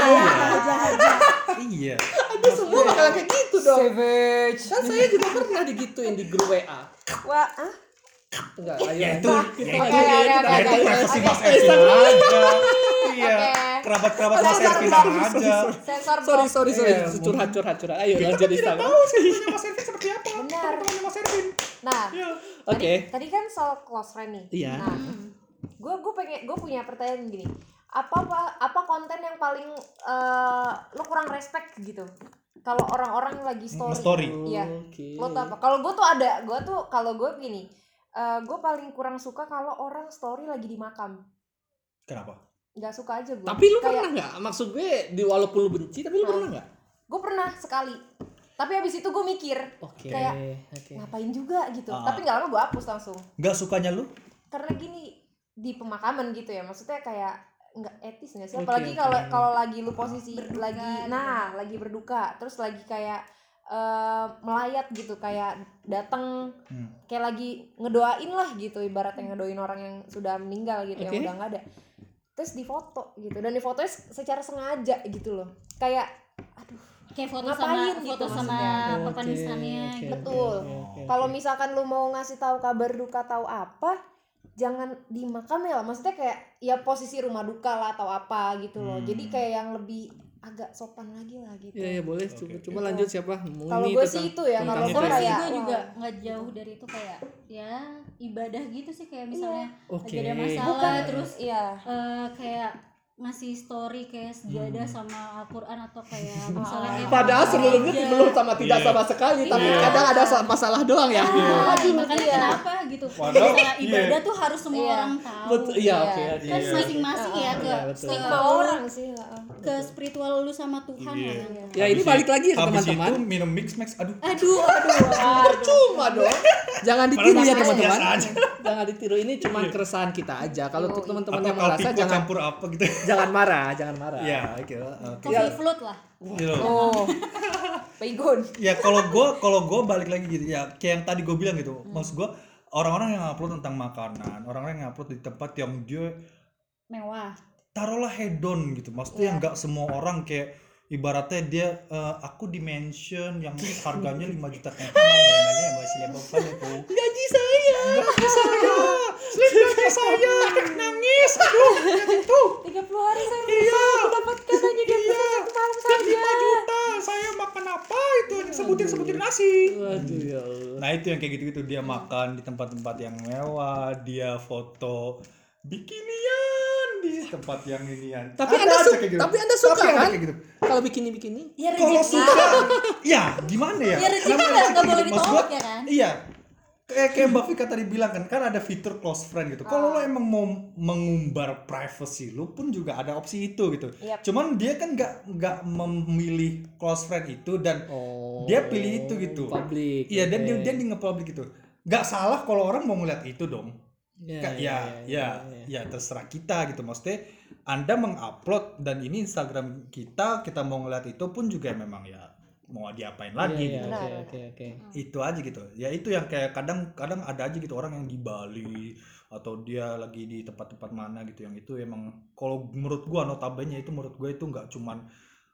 Iya. Aduh, semua bakalan kayak gitu dong. Savage. Kan saya juga pernah digituin di grup W A. Wah, ah? Enggak, ayo. Ya itu, Kita ya lagi itu, ya, oke, kita oke, Ya lagi itu oke, ya. privasi oke. Mas Ervin aja. iya. Oke. Kerabat-kerabat Mas Sensor Ervin box. aja. Sensor Sorry, box. sorry, sorry. Iya, Curhat, curhat, curhat. Ayo lanjut Tidak Instagram. tahu sih Mas Ervin seperti apa. Benar. Teman-teman Mas Ervin. Nah, Iya. Oke. tadi, tadi kan soal close friend nih. Iya. Nah, gue gue pengen gue punya pertanyaan gini. Apa apa apa konten yang paling uh, lo kurang respect gitu? Kalau orang-orang lagi story. Nge-story. Iya. Oke. Lo tuh apa? Kalau gue tuh ada, gue tuh kalau gue gini, uh, gue paling kurang suka kalau orang story lagi di makam. Kenapa? Nggak suka aja gue. Tapi lu pernah nggak? Maksud gue di walaupun lu benci, tapi lu pernah nggak? Gue pernah sekali. Tapi habis itu gue mikir, Oke. kayak Oke. ngapain juga gitu. Ah. Tapi nggak lama gue hapus langsung. Nggak sukanya lu? Karena gini, di pemakaman gitu ya, maksudnya kayak nggak etis nggak sih? Oke, Apalagi oke. kalau kalau lagi lu posisi Berduka, lagi, gitu. nah lagi berduka, terus lagi kayak eh, melayat gitu, kayak datang Hmm. kayak lagi ngedoain lah gitu, ibaratnya ngedoain orang yang sudah meninggal gitu, Oke. yang udah nggak ada. Terus difoto gitu, dan difotonya secara sengaja gitu loh, kayak aduh. Kayak foto Ngapain sama gitu foto sama maksudnya? papan nisannya Oke, gitu. oke, Betul. oke, oke, Kalau oke. misalkan lu mau ngasih tahu kabar duka tahu apa, jangan di makam ya lah. Maksudnya kayak ya posisi rumah duka lah atau apa gitu loh. Hmm. Jadi kayak yang lebih agak sopan lagi lah gitu. Iya, iya boleh. Oke, Coba, oke. coba lanjut siapa? Mau Kalau ini gue tentang- sih itu ya, tentang kalau itu gue ya. Sama sih kayak, gue wah. juga nggak jauh dari itu kayak ya ibadah gitu sih kayak misalnya Oke. lagi ada masalah Bukan terus iya. eh, kayak masih story kayak sejadah sama Al-Quran atau kayak misalnya kayak Padahal di sebelumnya gereja. belum sama tidak Iya. sama sekali, tapi Iya. kadang ada sa- masalah doang ya. Ah, Aduh, makanya iya. kenapa gitu Padahal, misalnya iya. ibadah tuh harus semua Iya. orang tahu Betul. Iya, Iya. oke, oke. kan Iya. masing-masing ya ke Iya, betul. Stigma ke- orang sih. heeh. ke spiritual lu sama Tuhan Iya. lah. Ya ini Habis balik itu- lagi ya ke habis teman-teman. itu minum mix max, aduh. aduh aduh Percuma dong. Jangan ditiru Padahal ya biasa teman-teman. aja. Jangan ditiru, ini cuma keresahan kita aja. Kalau untuk teman-teman Atau yang merasa kalpiko jangan campur apa gitu. jangan marah, jangan marah. Iya, oke. Oke. coffee float lah Gitu. Oh. Baygon. Ya kalau gue kalau gue balik lagi gitu ya, kayak yang tadi gue bilang gitu. Maksud gue orang-orang yang upload tentang makanan, orang-orang yang upload di tempat yang dia mewah taruhlah hedon gitu. Maksudnya yang nggak semua orang kayak ibaratnya dia eh, aku di mansion yang harganya lima juta kayak namanya masih lebar itu. Gaji saya. Gaji saya, slip gaji saya, nangis, aduh, itu. tiga puluh hari saya Iya. mendapatkan hanya dua puluh satu malam Dan saja. lima juta, saya makan apa itu? Sebutin sebutin nasi. Waduh ya Allah. Nah itu yang kayak gitu-gitu, dia makan di tempat-tempat yang mewah, dia foto bikinian di tempat yang inian. Tapi Ada Anda aja su- kayak gitu. tapi Anda suka Tapi ada kan? kayak gitu. Kalau bikini-bikini? ya Kalau rezeki suka, ya gimana ya? ya rezeki Namanya nggak nggak rezeki boleh gitu. Maksud ditolak gua, ya kan Iya. Kayak kayak Mbak Vika tadi bilang kan, kan ada fitur close friend gitu. Kalau lo Ah. emang mau mengumbar privacy lu pun juga ada opsi itu gitu. Yap. Cuman dia kan nggak nggak memilih close friend itu dan Oh. dia pilih itu gitu. Publik. Iya, dan dia oke. dia di nge-public gitu. Nggak salah kalau orang mau ngeliat itu dong. Ya, Ka- ya, ya, ya, ya, terserah kita gitu. Maksudnya Anda mengupload dan ini Instagram kita, kita mau ngeliat itu pun juga memang ya mau diapain lagi Iya, gitu. iya, Benar. Oke, oke, oke. Itu aja gitu. Ya itu yang kayak kadang-kadang ada aja gitu orang yang di Bali atau dia lagi di tempat-tempat mana gitu, yang itu emang kalau menurut gua notabene itu menurut gua itu nggak cuman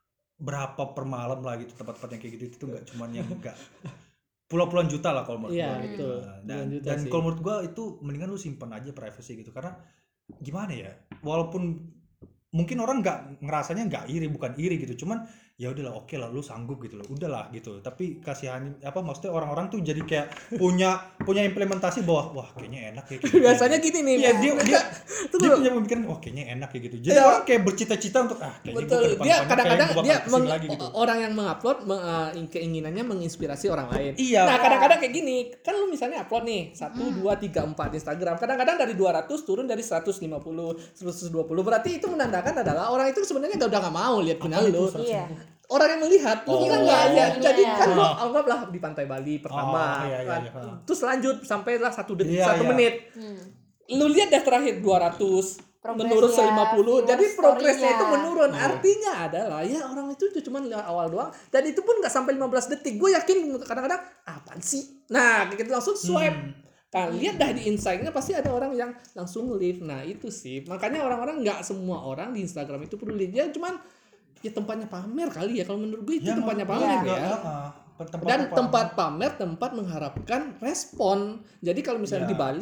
berapa per malam lah gitu, tempat-tempat yang kayak gitu itu nggak cuman yang enggak puluhan juta lah kalau menurut Iya, gua gitu. betul. Dan, Puluhan juta dan sih. kalau menurut gua itu mendingan lu simpan aja privacy gitu, karena gimana ya, walaupun mungkin orang nggak ngerasanya nggak iri, bukan iri gitu, cuman ya udahlah, oke lah lu sanggup gitu loh, udahlah gitu. Tapi kasihan apa maksudnya orang-orang tuh jadi kayak punya punya implementasi bahwa wah kayaknya enak ya gitu. Biasanya gini nih. Iya, dia dia Tunggu. dia punya pemikiran wah kayaknya enak ya gitu. Jadi Iya. orang kayak bercita-cita untuk ah kayaknya Betul. gua ke Dia depan-depannya kadang-kadang kayak gua dia bakal kesini meng- lagi gitu. orang yang mengupload meng- uh, keinginannya menginspirasi orang lain. Iya. Nah, kadang-kadang kayak gini, kan lu misalnya upload nih satu, dua, tiga, empat Instagram. Kadang-kadang dari dua ratus turun dari seratus lima puluh, seratus dua puluh. Berarti itu menandakan adalah orang itu sebenarnya udah nggak mau lihat final lu. Iya. Orang yang melihat, lu Oh. kan nggak Iya, lihat. iya, Jadi iya. kan lu Oh. anggaplah di pantai Bali pertama, Oh, iya, iya, kan. iya. Terus lanjut sampailah satu detik, Iya, satu iya. menit. Hmm. Lu lihat dah terakhir dua ratus Progresnya, menurun lima puluh, jadi viewer progresnya story-nya. itu menurun. Iya. Artinya adalah ya orang itu cuma lihat awal doang, dan itu pun nggak sampai lima belas detik. Gue yakin kadang-kadang apaan sih? Nah, kita langsung swipe. Hmm. Kan lihat dah di insight-nya pasti ada orang yang langsung leave. Nah, itu sih. Makanya orang-orang nggak semua orang di Instagram itu perlu lihat. Ya cuman ya tempatnya pamer kali ya, kalau menurut gue itu Ya, tempatnya iya, pamer iya, ya. heeh. Tempat Dan apa- tempat pamer tempat mengharapkan respon. Jadi kalau misalnya Ya. di Bali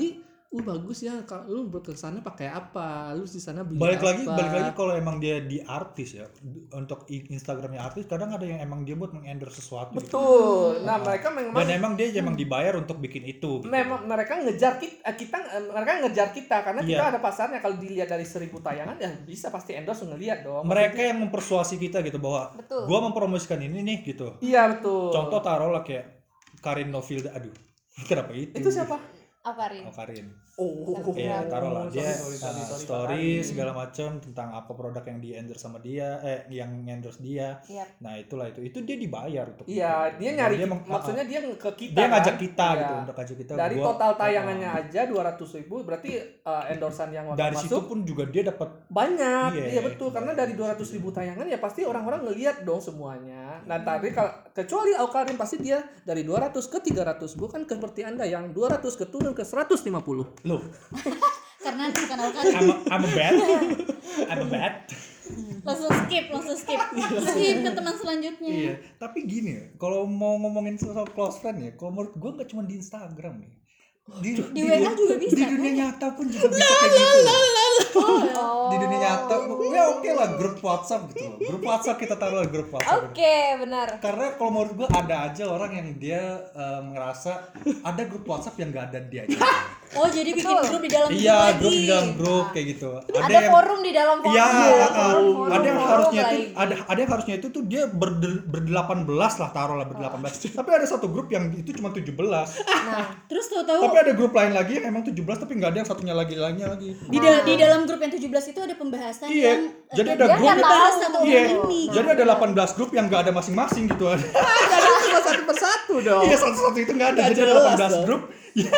uh bagus ya, kalau lu berkesana pakai apa, lu di sana beli Balik apa. lagi, balik lagi kalau emang dia di artis ya, untuk i- Instagramnya artis, kadang ada yang emang dia buat mengendorse sesuatu. Gitu. Betul. Nah, mereka memang Dan emang dia emang dibayar untuk bikin itu. Gitu. memang mereka ngejar kita, kita mereka ngejar kita karena kita Iya. ada pasarnya. Kalau dilihat dari seribu tayangan ya bisa pasti endorse ngelihat dong. Mereka yang mempersuasi kita gitu bahwa Betul. gua mempromosikan ini nih gitu. Iya betul. Contoh taruhlah kayak Karin Novilda, aduh kenapa itu? Itu siapa? Apa Rin? Oh Karin. Oh, Iya, taruhlah sorry, dia sorry, sorry, uh, sorry, story Karin. segala macam tentang apa produk yang di endorse sama dia, eh yang endorse dia. Yap. Nah itulah itu, itu dia dibayar untuk. Iya, itu. dia Dan nyari, meng- maksudnya dia ke kita. dia ngajak kan? kita Iya. gitu untuk ngajak kita. Dari gua- total tayangannya uh, aja dua ratus ribu, berarti uh, endorsan yang waktu dari situ masuk pun juga dia dapat. banyak. Iya, Iya betul, karena dari dua ratus ribu tayangan ya pasti orang-orang ngelihat dong semuanya. Nah, tapi kalau kecuali Aukarin pasti dia dari dua ratus ke tiga ratus, bukan seperti Anda yang dua ratus keturun ke seratus lima puluh. Loh, Karena bukan Alkarin. I'm a, I'm a bad, I'm a bad. Langsung skip, langsung skip. Skip ke teman selanjutnya. Iya, tapi gini ya, kalau mau ngomongin soal close friend ya, kalau menurut gue nggak cuma di Instagram nih. Di, Di W A juga bisa, Di dunia nyata pun juga bisa kayak gitu. Oh. Di dunia nyata, ya oke lah grup WhatsApp gitu loh. Grup WhatsApp kita taruh lah grup WhatsApp. Oke, benar. Karena kalau menurut gue ada aja orang yang dia eh, ngerasa ada grup WhatsApp yang nggak ada dia aja. Oh, jadi bikin Betul. grup di dalam grup Iya, lagi. grup di dalam grup kayak gitu. Ada, forum di dalam forum. Iya, Ada uh, forum, forum, ada yang forum harusnya lagi. itu ada ada yang harusnya itu tuh dia berde- berdelapan belas lah, taruh lah berdelapan belas. Tapi ada satu grup yang itu cuma tujuh belas. Nah, Terus tahu-tahu Tapi ada grup lain lagi yang emang tujuh belas tapi nggak ada yang satunya lagi lainnya lagi. di, da- di dalam grup yang tujuh belas itu ada pembahasan Iya, yang jadi eh, ada dia grup nggak bahas tahu. satu Iya, orang ini. jadi ada delapan belas grup yang nggak ada masing-masing gitu. Jadi cuma satu persatu dong. Iya, satu-satu itu nggak ada. Nggak Jadi ada jelas delapan belas dong. grup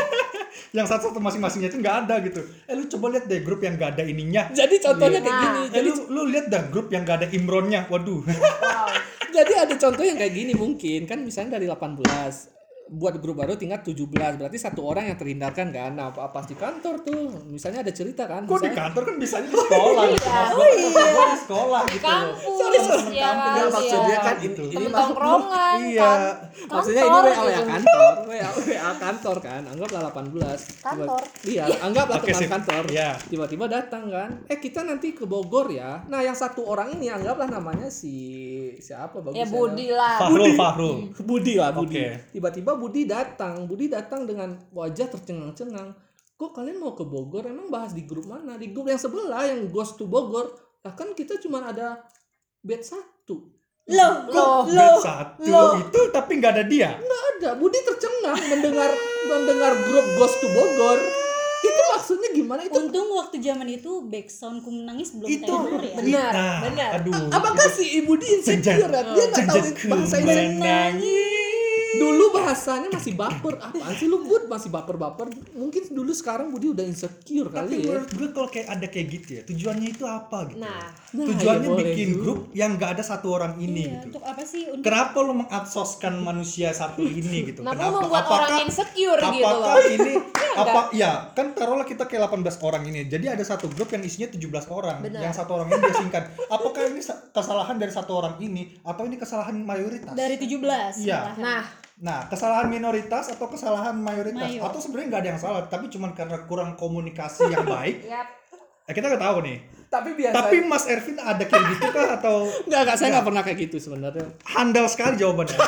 yang satu-satu masing-masingnya itu nggak ada gitu. Eh lu coba lihat deh grup yang nggak ada ininya. Jadi contohnya Iya. kayak gini. Eh Jadi lu, lu lihat dah grup yang nggak ada Imronnya. Waduh. wow. Jadi ada contoh yang kayak gini mungkin kan, misalnya dari delapan belas buat grup baru tingkat tujuh belas, berarti satu orang yang terhindarkan kan. Nah, apa pas di kantor tuh misalnya ada cerita kan, Kok di misalnya- kantor kan bisanya di sekolah gitu. Iya. Maksud gua, gua di sekolah gitu loh. Kampus. Temen-temen ya, kampus, Enggak, iya. maksudnya kan ini, Gitu. ini Temen mah- tongkrongan. Iya. kan. maksudnya ini Kantor W A W A gitu. kantor, W A W A kantor kan, anggaplah delapan belas. Kantor. Iya, anggaplah Oke, teman sip. kantor. Iya. Tiba-tiba datang kan, eh kita nanti ke Bogor ya. Nah, yang satu orang ini anggaplah namanya si siapa bagus Ya Budi lah. Fahrul, Fahrul. Budi lah, Budi. Oke. Tiba-tiba Budi datang, Budi datang dengan wajah tercengang-cengang. Kok kalian mau ke Bogor? Emang bahas di grup mana? Di grup yang sebelah yang Ghost to Bogor. Lah kan kita cuma ada batch satu. Loh, Loh. loh, loh. Batch satu loh. itu tapi nggak ada dia. Nggak ada. Budi tercengang mendengar mendengar grup Ghost to Bogor. Itu maksudnya gimana itu? Untung waktu zaman itu backsound ku menangis belum Itu tenar ya. Benar, Nah, benar. Aduh. Apakah si Ibu di insecure? ya? Dia nggak tahu Jenjatku bahasa Indonesia. menangis. Dulu bahasanya masih baper. Apaan sih lu Bud? Masih baper-baper. Mungkin dulu, sekarang Budi udah insecure Tapi kali ya. menurut gue kalau kayak ada kayak gitu ya, tujuannya itu apa gitu? Nah, Nah, Tujuannya ya boleh bikin juga. grup yang nggak ada satu orang ini Iya, gitu. untuk apa sih? Untuk Kenapa lu mengadsoskan manusia satu ini gitu? kenapa lu membuat orang insecure gitu apakah loh? ini apa ya kan taruhlah kita kayak delapan belas orang ini. Jadi ada satu grup yang isinya tujuh belas orang. Benar. Yang satu orang ini dia singkat. Apakah ini sa- kesalahan dari satu orang ini atau ini kesalahan mayoritas? dari tujuh belas. Iya. malahan. Nah, Nah, kesalahan minoritas atau kesalahan mayoritas Mayor. atau sebenarnya nggak ada yang salah, tapi cuman karena kurang komunikasi yang baik. yap. Eh, kita nggak tahu nih. Tapi biasa. Tapi Mas Ervin ada kayak gitu kah atau Enggak, enggak, saya enggak pernah kayak gitu sebenarnya. handal sekali jawabannya?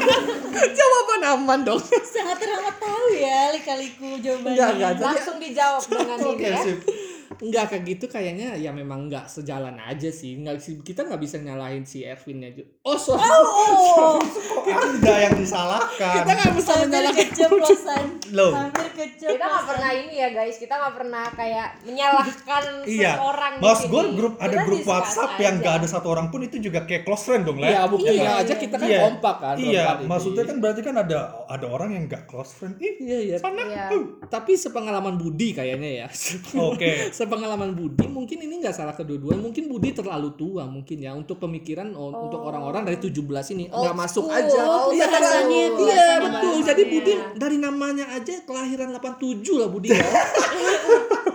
Jawaban aman dong. Sangat teramat tahu ya lika-liku jawabannya. Enggak, enggak. Jadi- Langsung dijawab dengan ini Oke, ya. sip. Enggak kayak gitu, kayaknya ya memang enggak sejalan aja sih. Enggak sih, kita enggak bisa nyalahin si Ervinnya juga. Oh, sorry. Oh, Kok Anda yang disalahkan? Kita enggak bisa hampir menyalahkan. keceplosan. Loh. Hampir keceplosan. Kita nggak pernah ini ya guys, kita nggak pernah kayak menyalahkan Iya. seseorang di Mas sini. gue grup ada Kita grup discuss WhatsApp aja. yang gak ada satu orang pun itu juga kayak close friend dong lah. Iya, buktinya Iya, aja iya. kita kan Iya. kompak kan. Iya, berempat ini. maksudnya kan berarti kan ada ada orang yang gak close friend. Ih, Iya, iya. sana. Iya. Uh. Tapi sepengalaman Budi kayaknya ya. Oke. Sepengalaman Budi mungkin ini nggak salah kedua-duanya. Mungkin Budi terlalu tua mungkin ya untuk pemikiran oh, untuk orang-orang dari tujuh belas ini nggak Old masuk school. aja. Oh, Iya, karena- bahasannya, iya bahasannya, betul. bahasannya. Jadi Budi dari namanya aja kelahiran delapan puluh tujuh lah Budi ya.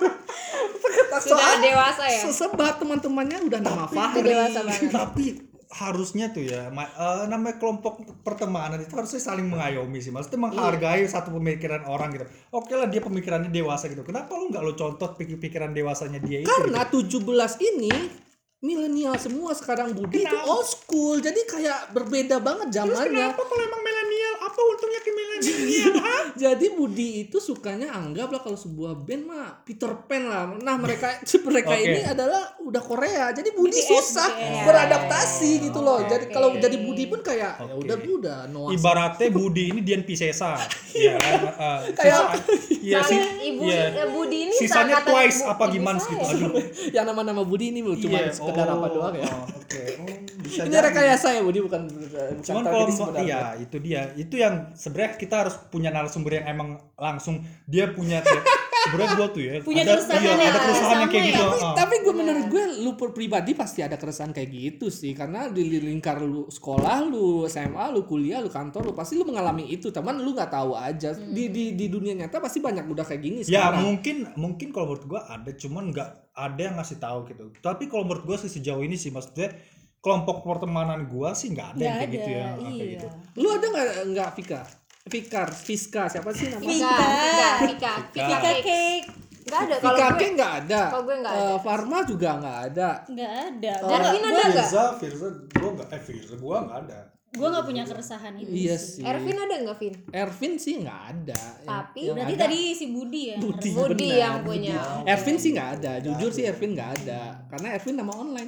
Sudah dewasa ya. Sesebat teman-temannya udah nama Fahri. dewasa banget. Tapi harusnya tuh ya ma- eh, namanya kelompok pertemanan itu harusnya saling mengayomi sih, maksudnya menghargai satu pemikiran orang gitu. Oke lah dia pemikirannya dewasa gitu, kenapa lu nggak lu contoh pikir- pikiran dewasanya dia itu Karena gitu? tujuh belas ini milenial semua sekarang, Budi itu Kenapa? old school. Jadi kayak berbeda banget Terus zamannya. kenapa kalau emang milenial apa untungnya ke milenial? Hah? Jadi Budi itu sukanya anggaplah kalau sebuah band mah Peter Pan lah. Nah mereka mereka Oke. ini adalah udah Korea. Jadi Budi B T S, susah B T S. beradaptasi gitu loh. Oke, Jadi oke. kalau jadi Budi pun kayak ya Oke. udah gue udah Noah. Ibaratnya Budi ini Dian Piscesa. Iya kan? Uh, Kayak- Iya Nah, sih. ibu Iya. eh, Budi ini Sisanya seangkatan Twice ibu- apa ibu gimana saya. gitu. Aduh. yang nama-nama Budi ini cuma Iya, sekedar oh, apa doang ya. oh, Oke. Oh, bisa Ini jadi. rekayasa ya Budi, bukan bukan Cuman target kalau sebenarnya. iya itu dia, itu yang sebenarnya kita harus punya narasumber yang emang langsung dia punya kayak, sebenarnya gua tuh ya Punya ada keresahan iya, yang ada keresahan yang kayak sama gitu. ya. ah. Tapi gue menurut gue lu per pribadi pasti ada keresahan kayak gitu sih, karena di lingkar lu sekolah, lu S M A, lu kuliah, lu kantor, lu pasti lu mengalami itu, teman lu nggak tahu aja. Di di di dunia nyata pasti banyak udah kayak gini Ya sekarang. mungkin mungkin kalau menurut gua ada, cuman nggak ada yang ngasih tahu gitu. Tapi kalau menurut gua sih sejauh ini sih maksudnya kelompok pertemanan gua sih nggak ada yang Nggak kayak gitu ada, ya, ah, kayak iya. gitu. Lu ada nggak nggak Vika? Fikar, Fiska, siapa sih namanya? Vika, Vika, Vika, Vika. Vika Vika Cake. cake Nggak ada kalau Vika gue. K nggak ada. Kalau gue nggak ada. Eh, Farma juga nggak ada. nggak ada. Oh. Gua Ervin nggak- ada nggak? Firza, Firza gua nggak eh Firza gua nggak ada. Gua nggak punya keresahan itu. Iya sih. sih. Ervin ada nggak, Vin? Ervin sih nggak ada. Yang- Tapi yang Berarti ada- tadi si Budi ya. Budi, Budi benar, yang punya. Budi. Ervin sih nggak ada. Jujur sih Ervin nggak ada. Karena Ervin nama online.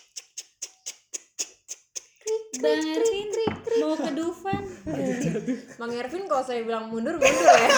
Bang Ervin mau ke Dufan. Mang Ervin kalau saya bilang mundur mundur ya.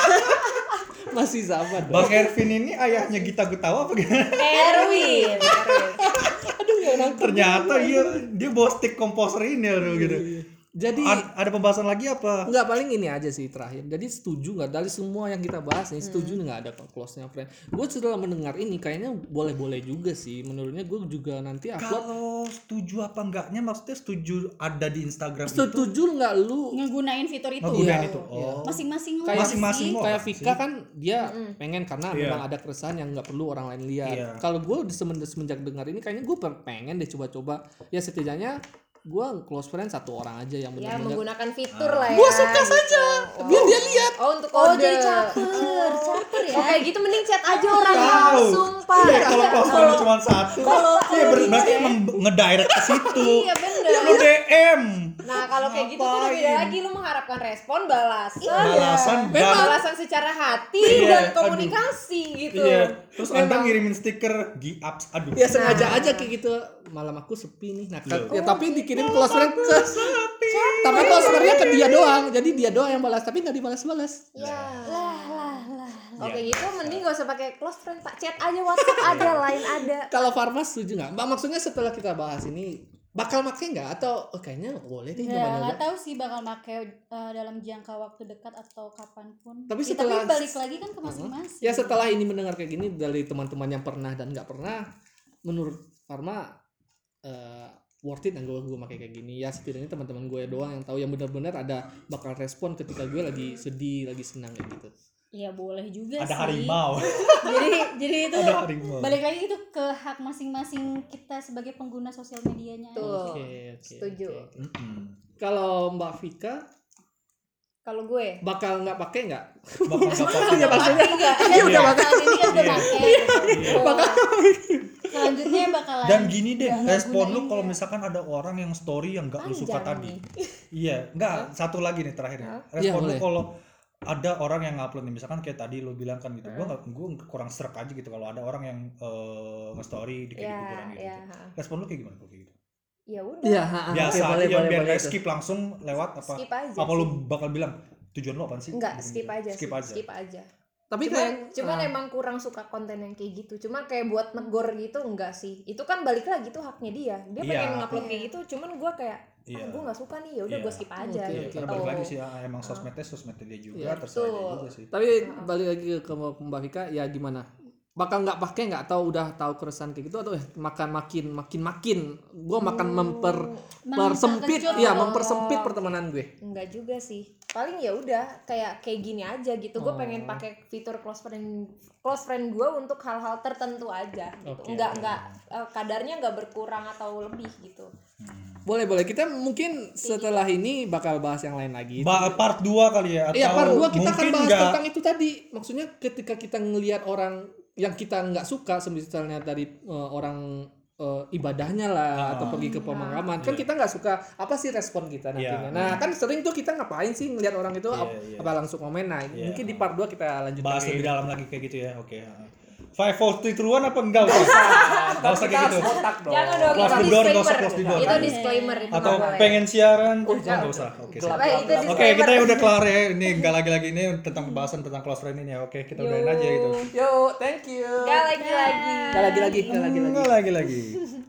Masih sama dong. Bang Ervin ini ayahnya Gita Gutawa apa gimana? Erwin. Erwin. Aduh ya nangkep. Ternyata iya dia bawa stick komposer ini aduh gitu. Jadi Ad- ada pembahasan lagi apa? nggak, paling ini aja sih terakhir. Jadi setuju nggak dari semua yang kita bahas nih, setuju nggak ada close-nya friend. Gue setelah mendengar ini kayaknya boleh-boleh juga sih. Menurutnya gue juga nanti upload. Kalau setuju apa enggaknya maksudnya setuju ada di Instagram itu Setuju nggak lu? Ngegunain fitur itu. ngegunain Iya, itu. iya. Oh. Masing-masing lah Kayak Masing-masing sih. mau. Kayak sih. Vika kan dia pengen karena Iya. memang ada keresahan yang nggak perlu orang lain lihat. Iya. Kalau gue semenjak semenjak dengar ini kayaknya gue pengen deh coba-coba. Ya setidaknya gue close friend satu orang aja yang Ya benar-benar. menggunakan fitur lah ya. Gue suka gitu. saja. Oh. Biar dia lihat. Oh untuk Oh, kode. jadi caper, caper ya. Oh kayak gitu mending chat aja orang Tahu. langsung pak. Iya, kalau close friend cuma satu. kalau- Iya kalau ber- gitu berarti ya. emang ngedirect ke situ. Iya bener. Lu D M. Nah kalau kayak gitu kan Ngapain? beda lagi, lu mengharapkan respon balasan. Balasan Dan dan balasan secara hati Iya, dan aduh. komunikasi gitu. iya. Terus Anda ngirimin stiker G-ups. Aduh. Ya sengaja aja kayak gitu. Malam aku sepi nih. Nah, kan- Loh. ya tapi dikirim close friend ke tapi close friend-nya ke dia doang. Jadi dia doang yang balas, tapi nggak dibalas-balas. Ya. Lah lah lah. Oke gitu mending gak usah pakai close friend pak, chat aja, WhatsApp ada, Line ada. Kalau Farma setuju nggak? Mbak, maksudnya setelah kita bahas ini bakal make nggak atau oh, kayaknya boleh deh Nggak, nyoba-nyoba. nggak tahu sih bakal pakai uh, dalam jangka waktu dekat atau kapanpun. Tapi Ya, setelah- tapi balik lagi kan ke masing-masing. Ya setelah ini mendengar kayak gini dari teman-teman yang pernah dan nggak pernah, menurut Farma eh, worth it nggak gue gue pakai kayak gini? Ya setidaknya teman-teman gue doang yang tahu, yang benar-benar ada bakal respon ketika gue lagi sedih, lagi senang kayak gitu. Ya boleh juga Ada sih. harimau. jadi jadi itu Ada harimau. balik lagi itu ke hak masing-masing kita sebagai pengguna sosial medianya. Tuh. Oke, oke, Setuju. oke. Mm-mm. Kalau Mbak Vika Kalau gue bakal nggak pakai nggak? Bakal nggak apa-apa. Iya maksudnya. Enggak, kan Iya, udah saat pakai. ini kan udah Iya. pakai gitu. Bakal. Selanjutnya bakalan Dan gini deh, nggak respon lu gunain kalau ya. misalkan ada orang yang story yang gak lu suka Panjang tadi. nih. Iya, enggak, satu lagi nih terakhirnya. Iya, Respon lu boleh. kalau ada orang yang ngupload nih, misalkan kayak tadi lu bilang kan gitu. Gua nggak gua kurang serak aja gitu kalau ada orang yang eh, nge-story di kayak ya kuburan gitu. ya Respon lu kayak gimana kalau kayak gitu? ya udah Iya, ha, ha. Biasa Oke, boleh, aja boleh, biar boleh nggak itu. skip langsung lewat apa? skip aja Apa sih. lu bakal bilang tujuan lu apaan sih? Enggak, Gitu. skip aja Skip sih, aja. skip aja. Tapi Cuman, kayak cuman ah. emang kurang suka konten yang kayak gitu. Cuma kayak buat negor gitu enggak sih. Itu kan balik lagi tuh haknya dia. Dia Iya. pengen ngupload kayak gitu, cuman gua kayak Iya. ah, gue nggak suka nih, ya udah Iya. gue skip aja Oke, Iya, gitu. karena balik lagi sih ah, emang sosmednya sosmednya dia juga, Iya, terserah dia betul. juga sih. Tapi balik lagi ke Mbak Vika, ya gimana? Bakal nggak pakai nggak atau udah tahu keresahan kayak gitu atau eh, makan makin makin makin gue makan memper persempit Memperkecil. ya mempersempit pertemanan gue. Enggak juga sih. Paling ya udah kayak kayak gini aja gitu. Gue Oh. pengen pakai fitur close friend close friend gue untuk hal-hal tertentu aja gitu. Oke, Enggak oke. enggak eh, kadarnya enggak berkurang atau lebih gitu. Hmm. Boleh boleh kita mungkin setelah ini bakal bahas yang lain lagi. Ba- part dua kali ya, atau Iya part dua kita akan mungkin bahas nggak- tentang itu tadi. Maksudnya ketika kita ngelihat orang yang kita nggak suka, misalnya dari uh, orang uh, ibadahnya lah Ah. atau pergi ke pemakaman, kan Iya. kita nggak suka, apa sih respon kita Iya. nantinya. Nah kan sering tuh kita ngapain sih ngelihat orang itu Iya, ap- iya. apa langsung komen. Nah Iya. mungkin di part dua kita lanjut bahas lagi. lebih dalam lagi kayak gitu ya. Oke. Five four three two one apa enggak? Enggak usah. Enggak usah kayak gitu. Jangan dong, Close itu the door, nggak usah disclaimer. close the door. Itu disclaimer itu Atau nggak boleh. pengen siaran? Oh, Oh, jangan. enggak usah. Oke. Gelap. Apa itu Oke, disclaimer? kita udah kelar ya. Ini enggak lagi-lagi ini tentang pembahasan tentang close friend ini ya. Oke, kita udahin aja gitu. Yo thank you. Gak lagi-lagi. Nggak lagi lagi nggak lagi lagi. Enggak lagi-lagi.